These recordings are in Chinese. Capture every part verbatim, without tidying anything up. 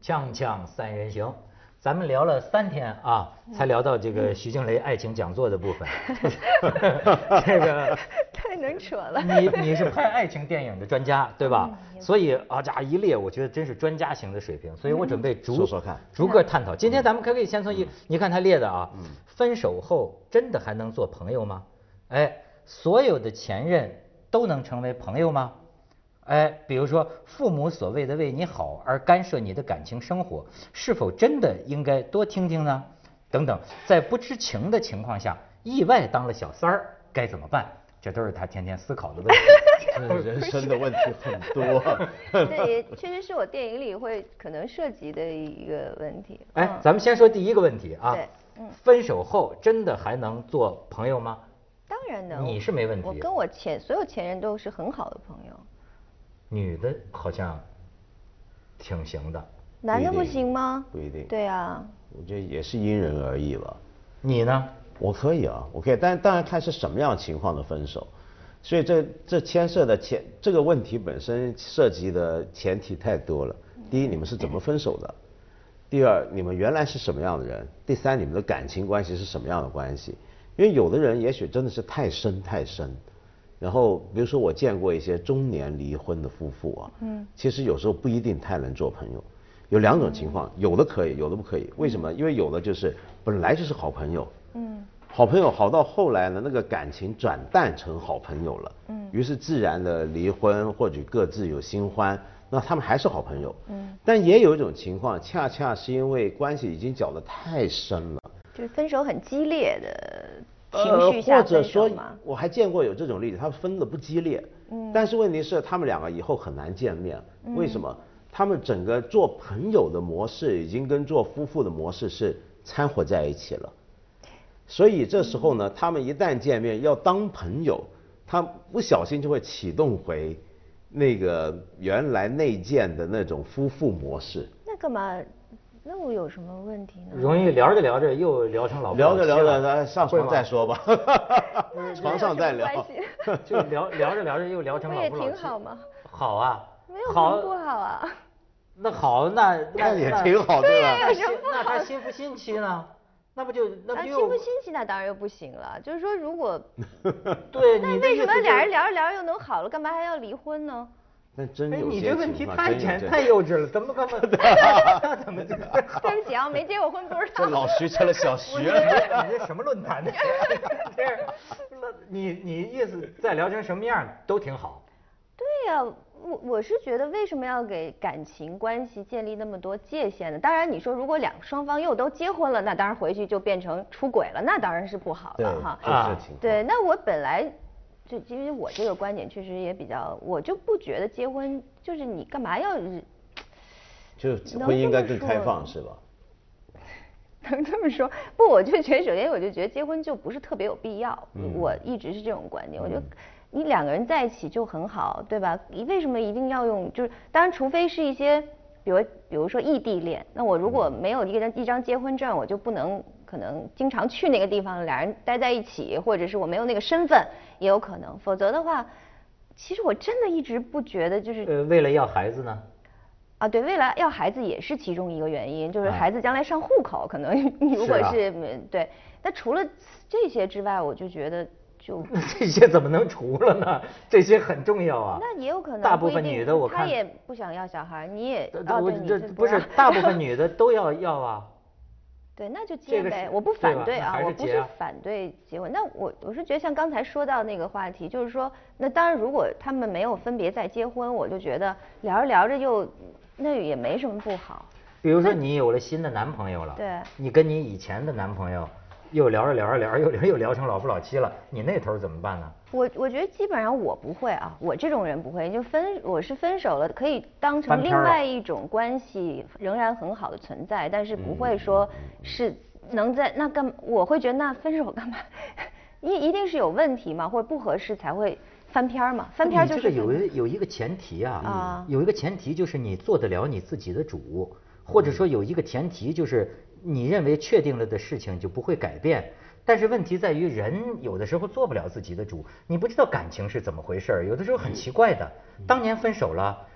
锵锵三人行，咱们聊了三天啊，才聊到这个徐静蕾爱情讲座的部分。这个太能扯了。 你你是拍爱情电影的专家，对吧？嗯、所以啊，这一列我觉得真是专家型的水平，所以我准备逐、 嗯、说说看， 逐个探讨。今天咱们可以先从一，嗯、你看他列的啊，嗯、分手后真的还能做朋友吗？哎，所有的前任都能成为朋友吗？哎，比如说父母所谓的为你好而干涉你的感情生活，是否真的应该多听听呢？等等，在不知情的情况下，意外当了小三儿该怎么办？这都是他天天思考的问题。 人生的问题很多。 这也确实是我电影里会可能涉及的一个问题。 哎，嗯、咱们先说第一个问题啊。 对，嗯， 分手后真的还能做朋友吗？ 当然能。 你是没问题。 我跟我前所有前任都是很好的朋友。 女的好像挺行的， 男的不行吗？ 不一定。 对啊， 我觉得也是因人而异吧。 你呢？ 我可以啊，我可以，但当然看是什么样情况的分手。所以这这牵涉的前这个问题本身涉及的前提太多了。第一，你们是怎么分手的？第二，你们原来是什么样的人？第三，你们的感情关系是什么样的关系？因为有的人也许真的是太深太深。然后，比如说我见过一些中年离婚的夫妇啊，嗯，其实有时候不一定太能做朋友。有两种情况，有的可以，有的不可以。为什么？因为有的就是本来就是好朋友，嗯，好朋友好到后来呢，那个感情转淡成好朋友了，嗯，于是自然的离婚，或者各自有新欢，那他们还是好朋友，嗯。但也有一种情况，恰恰是因为关系已经搅得太深了， 就是分手很激烈的。 呃，或者说，我还见过有这种例子，他分的不激烈，嗯，但是问题是他们两个以后很难见面，嗯、为什么？他们整个做朋友的模式已经跟做夫妇的模式是掺和在一起了，所以这时候呢，他们一旦见面要当朋友，他不小心就会启动回那个原来内建的那种夫妇模式。 那干嘛？那我有什么问题呢？ 容易聊着聊着又聊成老夫聊着聊着，咱上床再说吧。床上再聊。 就聊聊着聊着又聊成老夫老妻。 不也挺好吗？ 好啊。 没有什么不好啊。 那好，那那也挺好，对吧？ 对，有什么不好？ 那他新不新奇呢？那不就那不就新不新奇？那当然又不行了。就是说，如果对， 那为什么俩人聊着聊着又能好了，干嘛还要离婚呢？ 那真有些情况， 你这问题太简太幼稚了，怎么干嘛？那怎么就？ 对不起啊，没结过婚，不知道。 这老徐成了小徐了。 你这什么论坛呢？这是，你你意思再聊成什么样都挺好。 对呀、啊，我我是觉得为什么要给感情关系建立那么多界限呢？当然，你说如果两双方又都结婚了，那当然回去就变成出轨了，那当然是不好了哈。 啊， 对，那我本来。就因为我这个观点确实也比较，我就不觉得结婚就是你干嘛要， 就婚姻应该更开放是吧？ 能这么说？不，我就觉得首先我就觉得结婚就不是特别有必要，嗯、我一直是这种观点。我觉得你两个人在一起就很好，对吧？你为什么一定要用？就是当然，除非是一些比如比如说异地恋，那我如果没有一个人一张结婚证，我就不能。可能经常去那个地方，俩人待在一起，或者是我没有那个身份，也有可能。否则的话，其实我真的一直不觉得就是。 呃，为了要孩子呢？ 啊，对，为了要孩子也是其中一个原因，就是孩子将来上户口，可能如果是、啊、对。那除了这些之外，我就觉得就这些怎么能除了呢？这些很重要啊。 那也有可能， 大部分女的我看她也不想要小孩，你也哦，对，这不是大部分女的都要要啊。 对，那就结呗，这个、我不反对啊，我不是反对结婚。那我我是觉得像刚才说到那个话题，就是说，那当然如果他们没有分别再结婚，我就觉得聊着聊着又那也没什么不好。 比如说你有了新的男朋友了， 对， 你跟你以前的男朋友又聊着聊着聊着又聊又聊成老夫老妻了，你那头怎么办呢？ 我我觉得基本上我不会啊，我这种人不会，就分我是分手了，可以当成另外一种关系，仍然很好的存在，但是不会说是能在那干，我会觉得那分手干嘛？一一定是有问题嘛，或者不合适才会翻篇嘛，翻篇就是。 这个有一有一个前提啊，啊，有一个前提就是你做得了你自己的主，或者说有一个前提就是你认为确定了的事情就不会改变。但是问题在于，人有的时候做不了自己的主，你不知道感情是怎么回事，有的时候很奇怪的。当年分手了，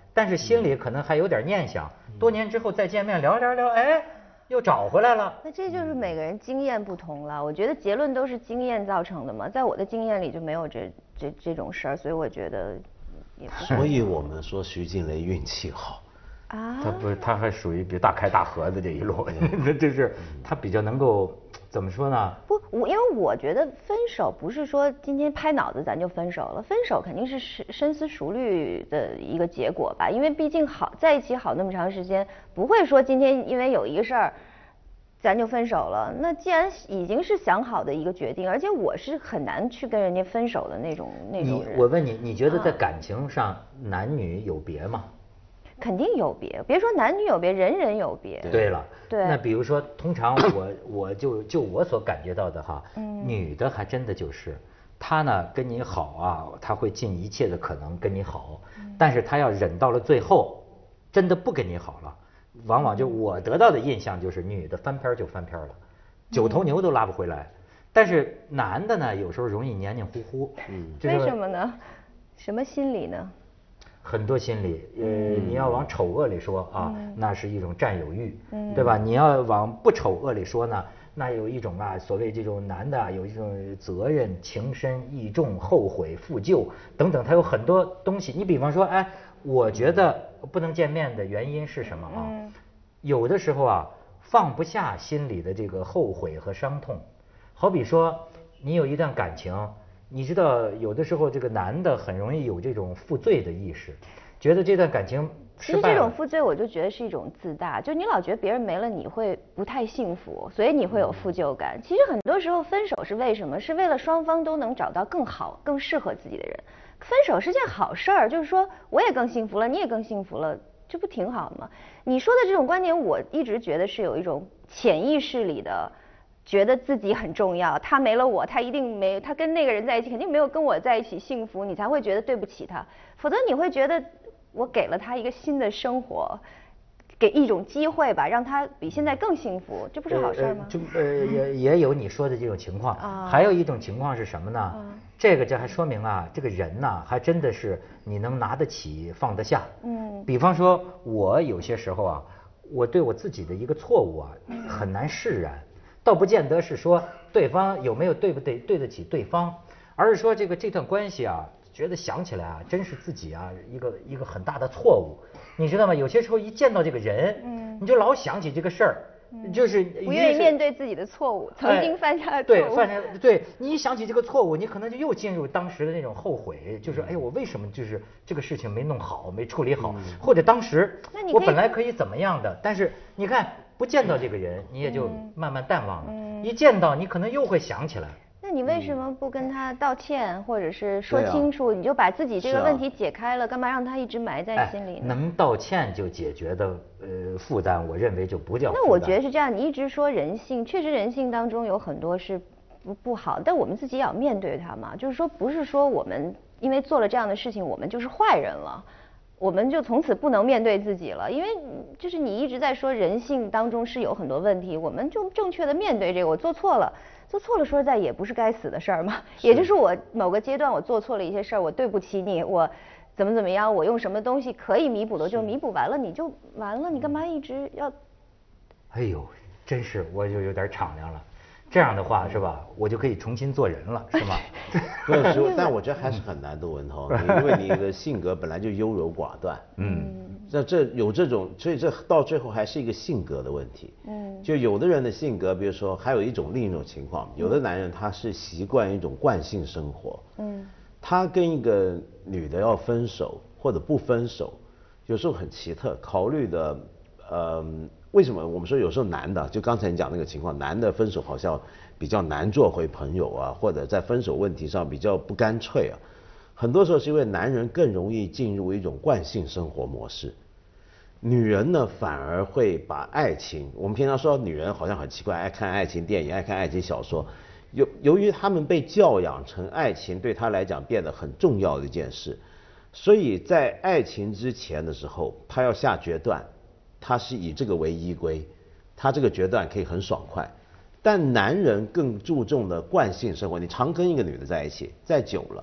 但是心里可能还有点念想，多年之后再见面聊聊聊，哎，又找回来了。 那这就是每个人经验不同了。我觉得结论都是经验造成的嘛，在我的经验里就没有这这这种事儿，所以我觉得也不。 所以我们说徐静蕾运气好。 啊， 他不是，他还属于比大开大合的这一路，那就是他比较能够怎么说呢？ 不，我因为我觉得分手不是说今天拍脑子咱就分手了，分手肯定是深深思熟虑的一个结果吧。因为毕竟好在一起好那么长时间，不会说今天因为有一个事儿，咱就分手了。那既然已经是想好的一个决定，而且我是很难去跟人家分手的那种那种人。 我问你，你觉得在感情上男女有别吗？ 肯定有别，别说男女有别，人人有别。 对了， 对。 那比如说，通常我我就就我所感觉到的哈，嗯、女的还真的就是，她呢跟你好啊，她会尽一切的可能跟你好，嗯、但是她要忍到了最后，真的不跟你好了，往往就我得到的印象就是女的翻篇就翻篇了，九头牛都拉不回来。嗯、但是男的呢，有时候容易黏黏糊糊。 嗯。为什么呢？什么心理呢？ 很多心理，呃，你要往丑恶里说啊，嗯、那是一种占有欲，嗯、对吧？你要往不丑恶里说呢，那有一种啊，所谓这种男的啊，有一种责任、情深义重、后悔、负疚等等，他有很多东西。你比方说，哎，我觉得不能见面的原因是什么啊？嗯、有的时候啊，放不下心里的这个后悔和伤痛，好比说你有一段感情。你知道，有的时候这个男的很容易有这种负罪的意识，觉得这段感情失败了。 其实这种负罪，我就觉得是一种自大，就你老觉得别人没了你会不太幸福，所以你会有负疚感。其实很多时候分手是为什么？是为了双方都能找到更好、更适合自己的人。分手是件好事儿，就是说我也更幸福了，你也更幸福了，这不挺好吗？你说的这种观点，我一直觉得是有一种潜意识里的。觉得自己很重要，他没了我，他一定没，他跟那个人在一起，肯定没有跟我在一起幸福，你才会觉得对不起他。否则你会觉得我给了他一个新的生活，给一种机会吧，让他比现在更幸福，这不是好事吗？ 呃、就呃也也有你说的这种情况，啊、还有一种情况是什么呢？啊、这个这还说明啊，这个人呐，还真的是你能拿得起放得下。嗯，比方说我有些时候啊，我对我自己的一个错误啊，很难释然。倒不见得是说对方有没有对不对对得起对方，而是说这个这段关系啊，觉得想起来啊，真是自己啊一个一个很大的错误，你知道吗？有些时候一见到这个人，嗯，你就老想起这个事儿，嗯、就是不愿意面对自己的错误，曾经犯下的错误。对，犯下对你一想起这个错误，你可能就又进入当时的那种后悔，就是哎呦，我为什么就是这个事情没弄好，没处理好，嗯、或者当时我本来可以怎么样的，但是你看。不见到这个人，你也就慢慢淡忘了。嗯、一见到你，可能又会想起来。 那你为什么不跟他道歉，或者是说清楚？啊、你就把自己这个问题解开了，啊、干嘛让他一直埋在心里呢？ 哎、能道歉就解决的呃负担，我认为就不叫负担。 那我觉得是这样，你一直说人性，确实人性当中有很多是不不好，但我们自己也要面对它嘛。就是说，不是说我们因为做了这样的事情，我们就是坏人了。我们就从此不能面对自己了，因为就是你一直在说人性当中是有很多问题，我们就正确的面对这个，我做错了，做错了说实在也不是该死的事儿嘛，也就是我某个阶段我做错了一些事儿，我对不起你，我怎么怎么样，我用什么东西可以弥补的就弥补完了，你就完了，你干嘛一直要？ 哎呦，真是我就有点敞亮了。这样的话是吧，我就可以重新做人了，是吗？ 对，但我觉得还是很难的，文涛，因为你的性格本来就优柔寡断，嗯，那这有这种，所以这到最后还是一个性格的问题，嗯，就有的人的性格，比如说还有一种另一种情况，有的男人他是习惯一种惯性生活，嗯，他跟一个女的要分手或者不分手，有时候很奇特，考虑的，呃。为什么我们说有时候男的，就刚才你讲那个情况，男的分手好像比较难做回朋友啊，或者在分手问题上比较不干脆啊，很多时候是因为男人更容易进入一种惯性生活模式，女人呢反而会把爱情，我们平常说女人好像很奇怪，爱看爱情电影，爱看爱情小说，由由于他们被教养成爱情对他来讲变得很重要的一件事，所以在爱情之前的时候，他要下决断。他是以这个为依归，他这个决断可以很爽快，但男人更注重的惯性生活。你常跟一个女的在一起，再久了，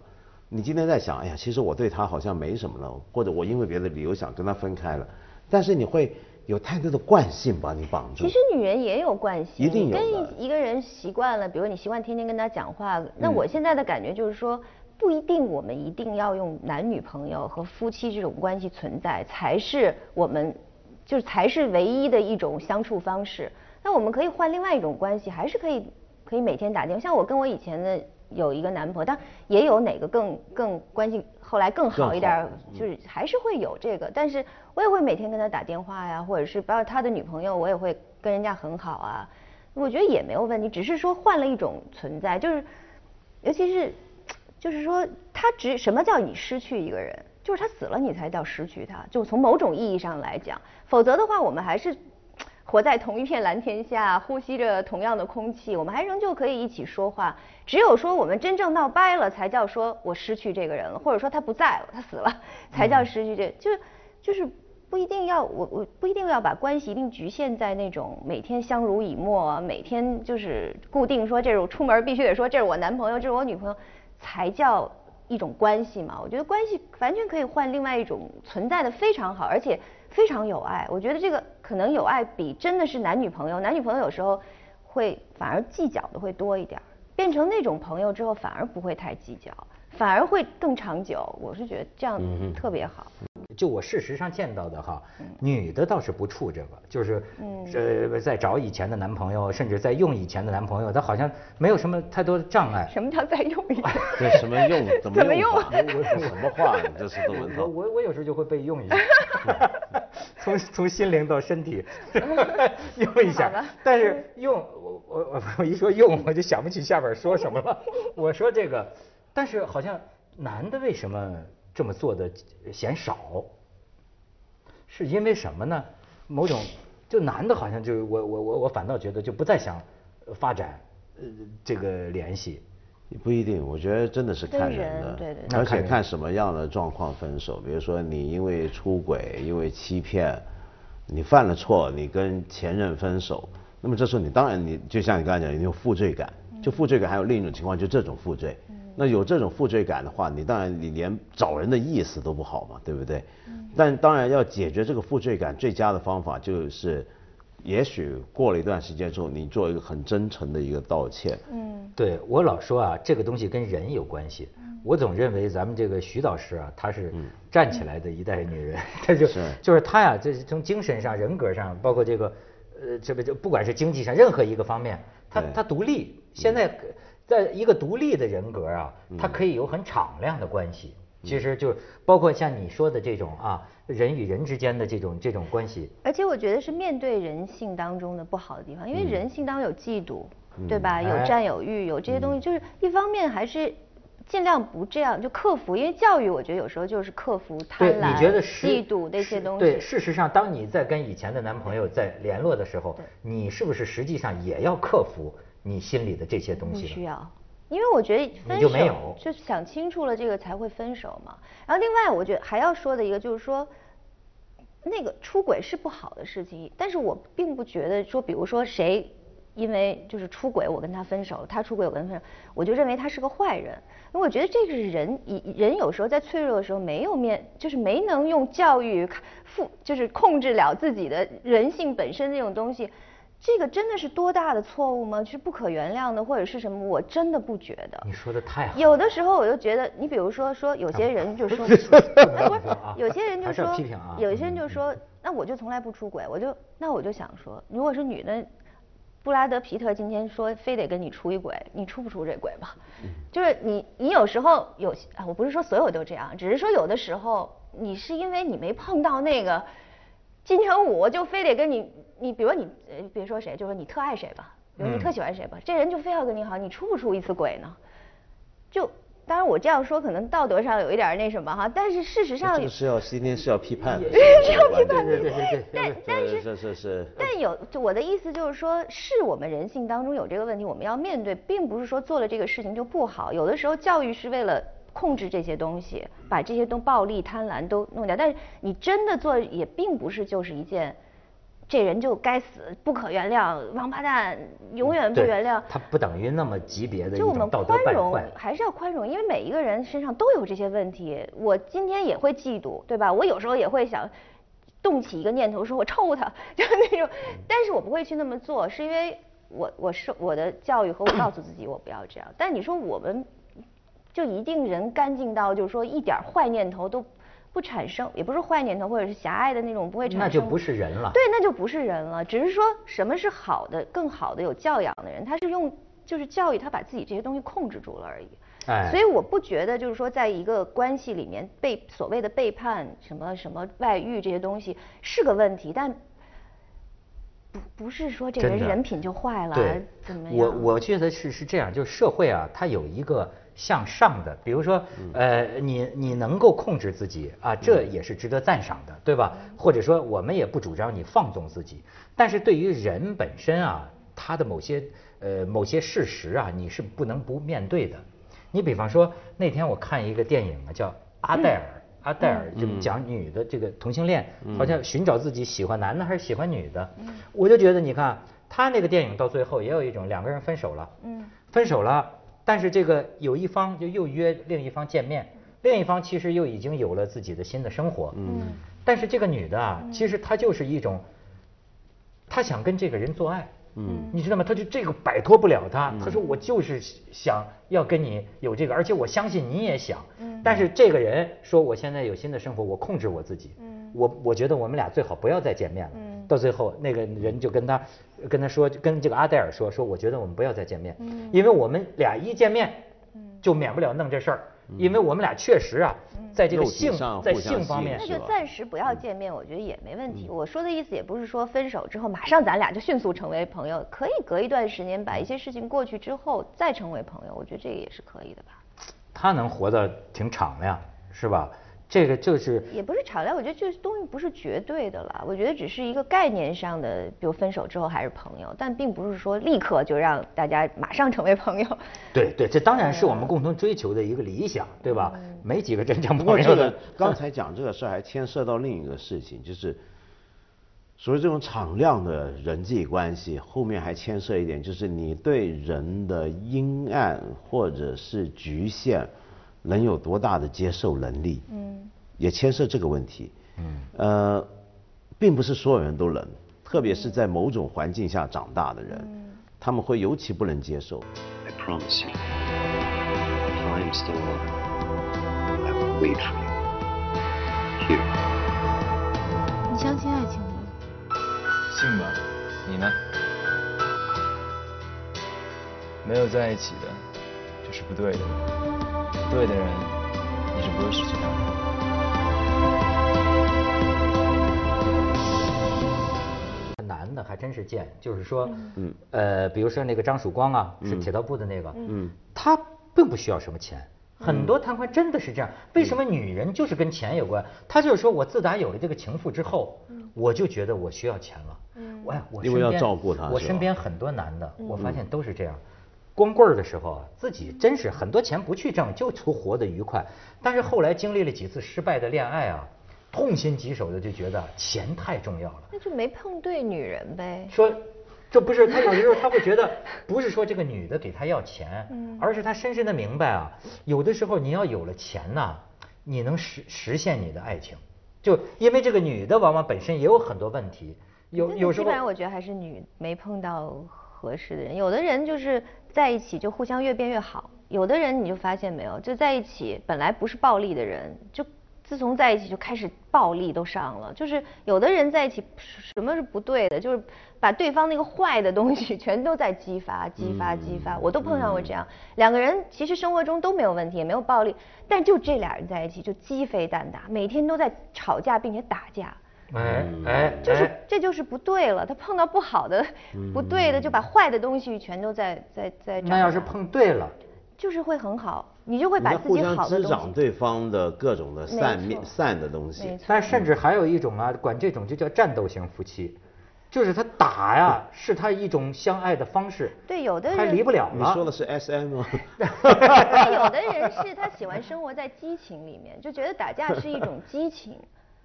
你今天在想，哎呀，其实我对他好像没什么了，或者我因为别的理由想跟他分开了，但是你会有太多的惯性把你绑住。 其实女人也有惯性， 一定有的。 跟一个人习惯了，比如你习惯天天跟他讲话，那我现在的感觉就是说，不一定我们一定要用男女朋友和夫妻这种关系存在才是我们，就是才是唯一的一种相处方式。那我们可以换另外一种关系，还是可以可以每天打电话。像我跟我以前的有一个男朋友，但也有哪个更更关系后来更好一点，就是还是会有这个。但是我也会每天跟他打电话呀，或者是包括他的女朋友，我也会跟人家很好啊。我觉得也没有问题，只是说换了一种存在，就是尤其是就是说他只什么叫你失去一个人，就是他死了你才叫失去他，就从某种意义上来讲，否则的话我们还是活在同一片蓝天下，呼吸着同样的空气，我们还仍旧可以一起说话。只有说我们真正闹掰了，才叫说我失去这个人了，或者说他不在了，他死了，才叫失去这，就就是不一定要我我不一定要把关系一定局限在那种每天相濡以沫，每天就是固定说这是我出门必须得说这是我男朋友，这是我女朋友，才叫一种关系嘛。我觉得关系完全可以换另外一种存在的非常好，而且非常有爱。我觉得这个可能有爱比真的是男女朋友，男女朋友有时候会反而计较的会多一点，变成那种朋友之后反而不会太计较，反而会更长久。我是觉得这样特别好。 就我事实上见到的哈，女的倒是不怵这个，就是呃在找以前的男朋友，甚至在用以前的男朋友，她好像没有什么太多的障碍。 什么叫在用一下？ 对，什么用？怎么用？什么话？这是窦文涛。 我我我有时候就会被用一下，从从心灵到身体用一下。但是用我我我一说用，我就想不起下边说什么了。我说这个，但是好像男的为什么这么做的嫌少？是因为什么呢？某种就男的好像就我我我我反倒觉得就不再想发展呃这个联系。 不一定，我觉得真的是看人的， 对对， 而且看什么样的状况分手。比如说你因为出轨，因为欺骗，你犯了错，你跟前任分手，那么这时候你当然你就像你刚才讲，你有负罪感，就负罪感还有另一种情况，就这种负罪。那有这种负罪感的话，你当然你连找人的意思都不好嘛，对不对？但当然要解决这个负罪感，最佳的方法就是，也许过了一段时间之后，你做一个很真诚的一个道歉。嗯， 对我老说啊，这个东西跟人有关系。我总认为咱们这个徐导师啊，她是站起来的一代女人，她就就是她呀，这是从精神上、人格上，包括这个呃，这不就不管是经济上任何一个方面，她她独立。现在在一个独立的人格啊，她可以有很敞亮的关系。其实就包括像你说的这种啊，人与人之间的这种这种关系。 而且我觉得是面对人性当中的不好的地方，因为人性当中有嫉妒，嗯、对吧？有占有欲，有这些东西，就是一方面还是尽量不这样，就克服。因为教育，我觉得有时候就是克服贪婪、 你觉得嫉妒那些东西。 对，事实上，当你在跟以前的男朋友在联络的时候，你是不是实际上也要克服你心里的这些东西？ 不需要。因为我觉得分手就想清楚了这个才会分手嘛。然后另外我觉得还要说的一个就是说，那个出轨是不好的事情，但是我并不觉得说，比如说谁因为就是出轨我跟他分手，他出轨我跟他分手，我就认为他是个坏人。因为我觉得这个是人，人有时候在脆弱的时候没有面，就是没能用教育负，就是控制了自己的人性本身这种东西。这个真的是多大的错误吗？是不可原谅的，或者是什么？我真的不觉得。 你说的太好。 有的时候我就觉得，你比如说说有些人就说，有些人就说，有些人就说，那我就从来不出轨，我就那我就想说，如果是女的，布拉德皮特今天说非得跟你出一轨，你出不出这轨吧？就是你你有时候有啊，我不是说所有都这样，只是说有的时候你是因为你没碰到那个金城武，就非得跟你。你比如你，呃，比如说谁，就说你特爱谁吧，比如你特喜欢谁吧，嗯、这人就非要跟你好，你出不出一次轨呢？就当然我这样说可能道德上有一点那什么哈，但是事实上这个是要今天是要批判的， 是要批判的， 对对对对。 但但是是是是。 但有就我的意思就是说，是我们人性当中有这个问题，我们要面对，并不是说做了这个事情就不好。有的时候教育是为了控制这些东西，把这些东暴力、贪婪都弄掉，但是你真的做也并不是就是一件。 这人就该死，不可原谅，王八蛋，永远不原谅。 他不等于那么级别的一就我们种道德宽容败坏。 还是要宽容，因为每一个人身上都有这些问题。我今天也会嫉妒，对吧？我有时候也会想动起一个念头，说我抽他，就那种。但是我不会去那么做，是因为我我是我的教育和我告诉自己我不要这样。但你说我们就一定人干净到就是说一点坏念头都不产生，也不是坏念头或者是狭隘的那种不会产生， 那就不是人了。 对，那就不是人了。只是说什么是好的、更好的、有教养的人，他是用就是教育他把自己这些东西控制住了而已。 哎， 所以我不觉得就是说在一个关系里面被所谓的背叛、什么什么外遇这些东西是个问题，但不不是说这个人人品就坏了， 对， 怎么样？ 我我觉得是是这样，就是社会啊，它有一个向上的，比如说，呃，你你能够控制自己啊，这也是值得赞赏的，对吧？或者说，我们也不主张你放纵自己，但是对于人本身啊，他的某些呃某些事实啊，你是不能不面对的。你比方说，那天我看一个电影啊，叫《阿黛尔》。阿黛尔就讲女的这个同性恋，好像寻找自己喜欢男的还是喜欢女的。我就觉得你看他那个电影到最后也有一种两个人分手了，分手了，但是这个有一方就又约另一方见面，另一方其实又已经有了自己的新的生活。但是这个女的啊，其实她就是一种，她想跟这个人做爱。嗯，你知道吗？他就这个摆脱不了他。他说我就是想要跟你有这个，而且我相信你也想。嗯，但是这个人说我现在有新的生活，我控制我自己。嗯，我我觉得我们俩最好不要再见面了。嗯，到最后那个人就跟他跟他说，跟这个阿黛尔说说，我觉得我们不要再见面。嗯，因为我们俩一见面，就免不了弄这事儿。因为我们俩确实啊，在这个性在性方面， 那就暂时不要见面，我觉得也没问题。我说的意思也不是说分手之后马上咱俩就迅速成为朋友，可以隔一段时间把一些事情过去之后再成为朋友，我觉得这个也是可以的吧。 他能活得挺长呀，是吧？这个就是也不是吵架，我觉得这东西不是绝对的啦。我觉得只是一个概念上的，比如分手之后还是朋友，但并不是说立刻就让大家马上成为朋友。 对对，这当然是我们共同追求的一个理想，对吧？嗯、没几个真正朋友的。 不过这个刚才讲这个事儿还牵涉到另一个事情，就是所谓这种敞亮的人际关系，后面还牵涉一点，就是你对人的阴暗或者是局限。能有多大的接受能力？嗯，也牵涉这个问题。嗯，呃，并不是所有人都能，特别是在某种环境下长大的人，嗯、他们会尤其不能接受。I promise you, if I'm still alive, I will wait for you. Here. 你相信爱情吗？ 信吧，你呢？没有在一起的，就是不对的。对的人，你是不会失去他的。男的还真是贱，就是说，嗯，呃，比如说那个张曙光啊，是铁道部的那个，嗯，他并不需要什么钱。很多贪官真的是这样。为什么女人就是跟钱有关？他就是说我自打有了这个情妇之后，我就觉得我需要钱了。嗯，我我因为要照顾他。 我身边很多男的，我发现都是这样。光棍儿的时候啊，自己真是很多钱不去挣，就图活得愉快。但是后来经历了几次失败的恋爱啊，痛心疾首的就觉得钱太重要了。 那就没碰对女人呗。 说，这不是他有的时候他会觉得，不是说这个女的给他要钱，嗯、而是他深深的明白啊，有的时候你要有了钱呐、啊，你能实实现你的爱情。就因为这个女的往往本身也有很多问题，有有时候。 基本上我觉得还是女没碰到合适的人，有的人就是在一起就互相越变越好，有的人你就发现没有，就在一起本来不是暴力的人，就自从在一起就开始暴力都上了。就是有的人在一起什么是不对的，就是把对方那个坏的东西全都在激发激发激发。我都碰上过这样，两个人其实生活中都没有问题，也没有暴力，但就这俩人在一起就鸡飞蛋打，每天都在吵架并且打架。 哎哎， 就是这就是不对了。他碰到不好的、不对的，就把坏的东西全都在在在。 那要是碰对了， 就是会很好，你就会把自己好的东西。 互相滋长对方的各种的善面、善的东西。 但甚至还有一种啊，管这种就叫战斗型夫妻，就是他打呀，是他一种相爱的方式。 对，有的人还离不了了。 你说的是 S M 吗？ 有的人是他喜欢生活在激情里面，就觉得打架是一种激情。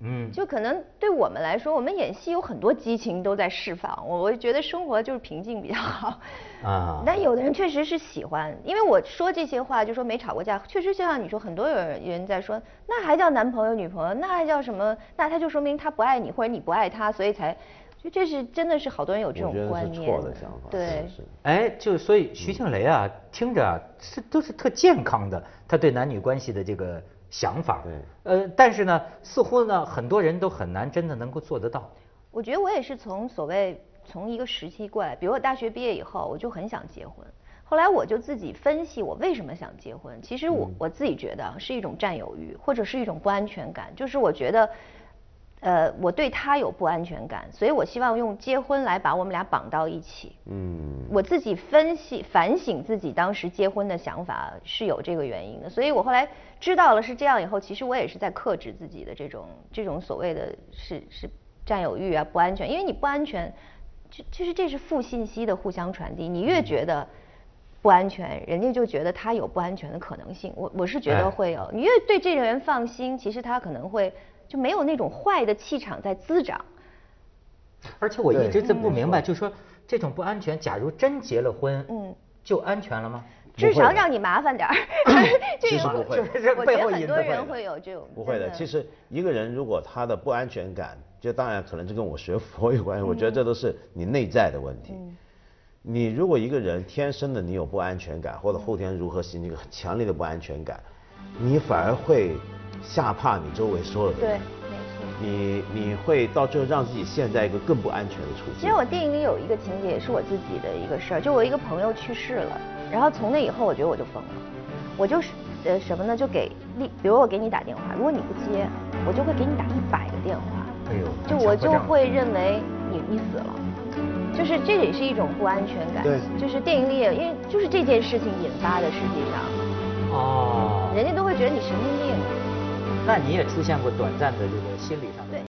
嗯，就可能对我们来说，我们演戏有很多激情都在释放，我我觉得生活就是平静比较好。啊。但有的人确实是喜欢，因为我说这些话，就说没吵过架，确实就像你说，很多有人有人在说，那还叫男朋友女朋友，那还叫什么？那他就说明他不爱你，或者你不爱他，所以才。就这是真的是好多人有这种观念， 我觉得是错的想法。 对， 哎，就所以徐静蕾啊，听着啊是都是特健康的，她对男女关系的这个想法。 对。 呃，但是呢，似乎呢很多人都很难真的能够做得到。 我觉得我也是从所谓从一个时期过来，比如我大学毕业以后，我就很想结婚。后来我就自己分析我为什么想结婚，其实我、嗯、我自己觉得是一种占有欲，或者是一种不安全感，就是我觉得。呃，我对他有不安全感，所以我希望用结婚来把我们俩绑到一起。嗯，我自己分析反省自己当时结婚的想法是有这个原因的，所以我后来知道了是这样以后，其实我也是在克制自己的这种这种所谓的是是占有欲啊不安全，因为你不安全，就就是这是负信息的互相传递，你越觉得不安全，人家就觉得他有不安全的可能性。我我是觉得会有，你越对这个人放心，其实他可能会。就没有那种坏的气场在滋长。 而且我一直在不明白，就是说这种不安全，假如真结了婚，嗯，就安全了吗？ 至少让你麻烦点儿。 其实不会， 我觉得很多人会有这种。 不会的，其实一个人如果他的不安全感，就当然可能这跟我学佛有关系，我觉得这都是你内在的问题。你如果一个人天生的你有不安全感，或者后天如何形成一个很强烈的不安全感，你反而会。吓怕你周围所有的人， 对，没错。 你你会到最后让自己陷在一个更不安全的处境。 其实我电影里有一个情节，也是我自己的一个事儿，就我一个朋友去世了，然后从那以后，我觉得我就疯了，我就是呃什么呢？就给例，比如我给你打电话，如果你不接，我就会给你打一百个电话。哎呦，就我就会认为你你死了，就是这也是一种不安全感。 对， 就是电影里也因为就是这件事情引发的，实际上，哦，人家都会觉得你神经病。 那你也出现过短暂的这个心理上的。